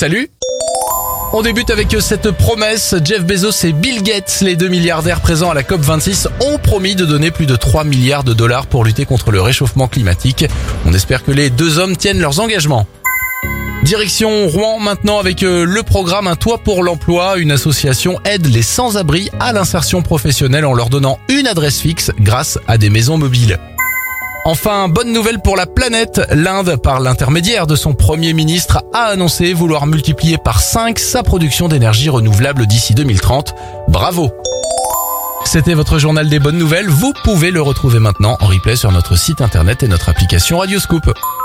Salut! On débute avec cette promesse. Jeff Bezos et Bill Gates, les deux milliardaires présents à la COP26, ont promis de donner plus de 3 milliards de dollars pour lutter contre le réchauffement climatique. On espère que les deux hommes tiennent leurs engagements. Direction Rouen maintenant avec le programme Un toit pour l'emploi. Une association aide les sans-abri à l'insertion professionnelle en leur donnant une adresse fixe grâce à des maisons mobiles. Enfin, bonne nouvelle pour la planète. L'Inde, par l'intermédiaire de son Premier ministre, a annoncé vouloir multiplier par 5 sa production d'énergie renouvelable d'ici 2030. Bravo! C'était votre journal des bonnes nouvelles. Vous pouvez le retrouver maintenant en replay sur notre site internet et notre application Radioscoop.